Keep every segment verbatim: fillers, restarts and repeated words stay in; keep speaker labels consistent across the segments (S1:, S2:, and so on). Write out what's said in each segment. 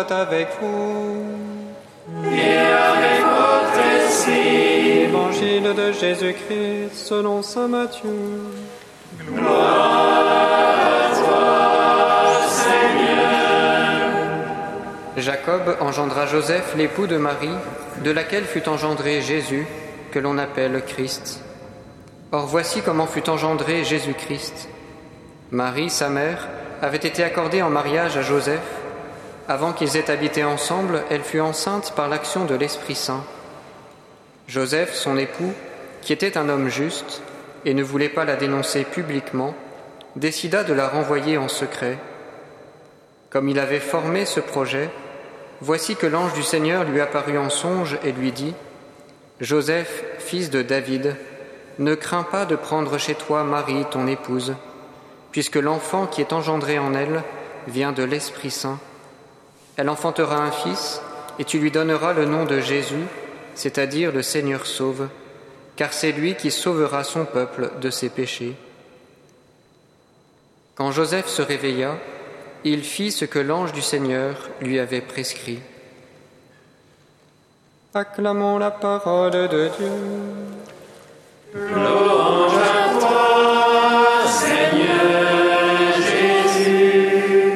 S1: soit avec vous.
S2: Et avec votre esprit.
S1: Évangile de Jésus-Christ selon saint Matthieu.
S2: Gloire à toi, Seigneur.
S3: Jacob engendra Joseph, l'époux de Marie, de laquelle fut engendré Jésus, que l'on appelle Christ. Or voici comment fut engendré Jésus-Christ. Marie, sa mère, avait été accordée en mariage à Joseph. Avant qu'ils aient habité ensemble, elle fut enceinte par l'action de l'Esprit Saint. Joseph, son époux, qui était un homme juste et ne voulait pas la dénoncer publiquement, décida de la renvoyer en secret. Comme il avait formé ce projet, voici que l'ange du Seigneur lui apparut en songe et lui dit : « Joseph, fils de David, ne crains pas de prendre chez toi Marie, ton épouse, puisque l'enfant qui est engendré en elle vient de l'Esprit Saint. Elle enfantera un fils, et tu lui donneras le nom de Jésus, c'est-à-dire le Seigneur sauve, car c'est lui qui sauvera son peuple de ses péchés. » Quand Joseph se réveilla, il fit ce que l'ange du Seigneur lui avait prescrit.
S1: Acclamons la parole de Dieu.
S2: Louange à toi, Seigneur Jésus.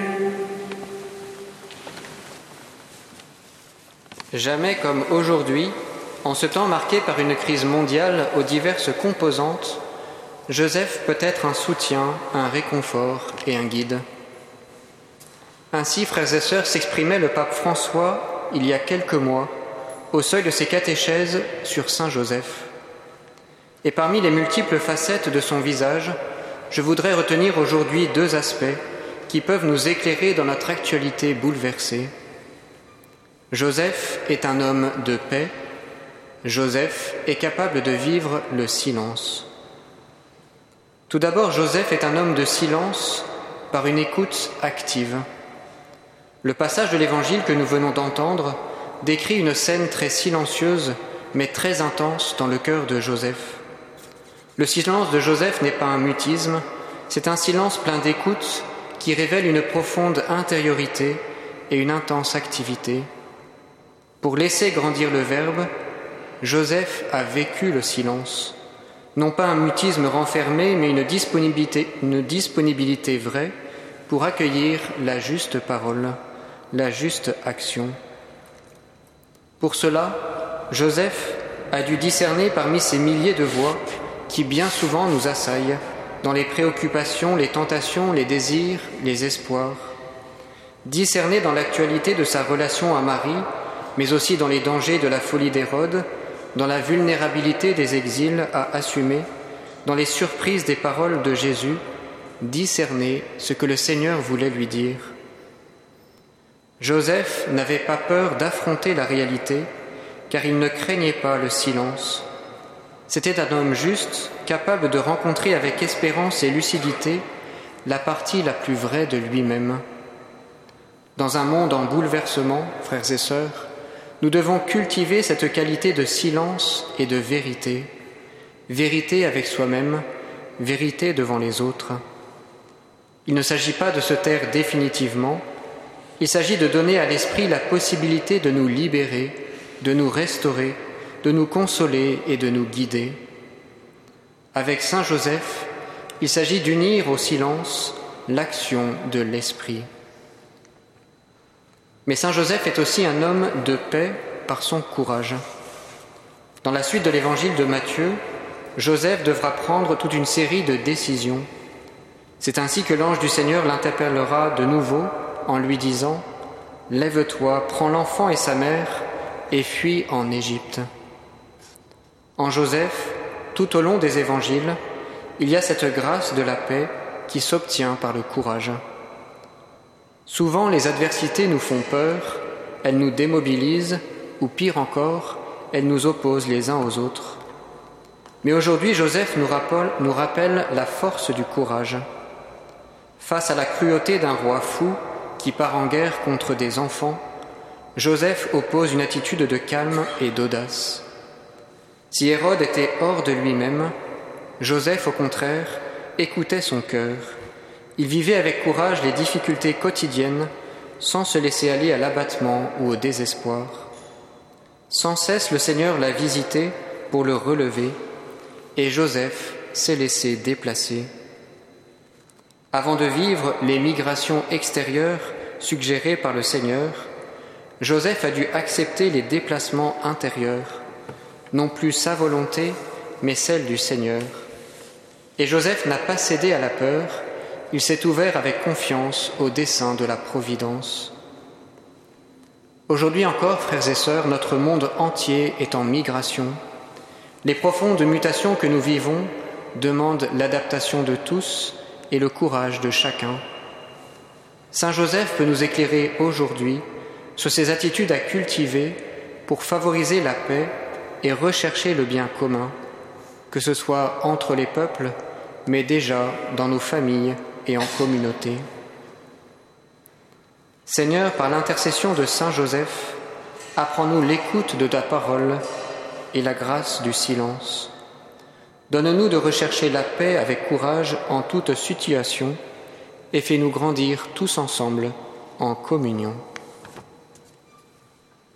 S3: Jamais comme aujourd'hui, en ce temps marqué par une crise mondiale aux diverses composantes, Joseph peut être un soutien, un réconfort et un guide. Ainsi, frères et sœurs, s'exprimait le pape François il y a quelques mois au seuil de ses catéchèses sur Saint Joseph. Et parmi les multiples facettes de son visage, je voudrais retenir aujourd'hui deux aspects qui peuvent nous éclairer dans notre actualité bouleversée. Joseph est un homme de paix. Joseph est capable de vivre le silence. Tout d'abord, Joseph est un homme de silence par une écoute active. Le passage de l'Évangile que nous venons d'entendre décrit une scène très silencieuse, mais très intense dans le cœur de Joseph. Le silence de Joseph n'est pas un mutisme, c'est un silence plein d'écoute qui révèle une profonde intériorité et une intense activité. Pour laisser grandir le Verbe, Joseph a vécu le silence. Non pas un mutisme renfermé, mais une disponibilité, une disponibilité vraie pour accueillir la juste parole, la juste action. Pour cela, Joseph a dû discerner parmi ces milliers de voix qui bien souvent nous assaillent dans les préoccupations, les tentations, les désirs, les espoirs. Discerner dans l'actualité de sa relation à Marie, mais aussi dans les dangers de la folie d'Hérode, dans la vulnérabilité des exils à assumer, dans les surprises des paroles de Jésus, discerner ce que le Seigneur voulait lui dire. Joseph n'avait pas peur d'affronter la réalité, car il ne craignait pas le silence. C'était un homme juste, capable de rencontrer avec espérance et lucidité la partie la plus vraie de lui-même. Dans un monde en bouleversement, frères et sœurs, nous devons cultiver cette qualité de silence et de vérité, vérité avec soi-même, vérité devant les autres. Il ne s'agit pas de se taire définitivement, il s'agit de donner à l'esprit la possibilité de nous libérer, de nous restaurer, de nous consoler et de nous guider. Avec Saint Joseph, il s'agit d'unir au silence l'action de l'esprit. Mais Saint Joseph est aussi un homme de paix par son courage. Dans la suite de l'évangile de Matthieu, Joseph devra prendre toute une série de décisions. C'est ainsi que l'ange du Seigneur l'interpellera de nouveau en lui disant « Lève-toi, prends l'enfant et sa mère et fuis en Égypte. » En Joseph, tout au long des évangiles, il y a cette grâce de la paix qui s'obtient par le courage. Souvent, les adversités nous font peur, elles nous démobilisent, ou pire encore, elles nous opposent les uns aux autres. Mais aujourd'hui, Joseph nous rappelle, nous rappelle la force du courage. Face à la cruauté d'un roi fou qui part en guerre contre des enfants, Joseph oppose une attitude de calme et d'audace. Si Hérode était hors de lui-même, Joseph, au contraire, écoutait son cœur. Il vivait avec courage les difficultés quotidiennes sans se laisser aller à l'abattement ou au désespoir. Sans cesse, le Seigneur l'a visité pour le relever, et Joseph s'est laissé déplacer. Avant de vivre les migrations extérieures suggérées par le Seigneur, Joseph a dû accepter les déplacements intérieurs, non plus sa volonté, mais celle du Seigneur. Et Joseph n'a pas cédé à la peur, il s'est ouvert avec confiance au dessein de la Providence. Aujourd'hui encore, frères et sœurs, notre monde entier est en migration. Les profondes mutations que nous vivons demandent l'adaptation de tous et le courage de chacun. Saint Joseph peut nous éclairer aujourd'hui sur ces attitudes à cultiver pour favoriser la paix et rechercher le bien commun, que ce soit entre les peuples, mais déjà dans nos familles et en communauté. Seigneur, par l'intercession de Saint Joseph, apprends-nous l'écoute de ta parole et la grâce du silence. Donne-nous de rechercher la paix avec courage en toute situation et fais-nous grandir tous ensemble en communion.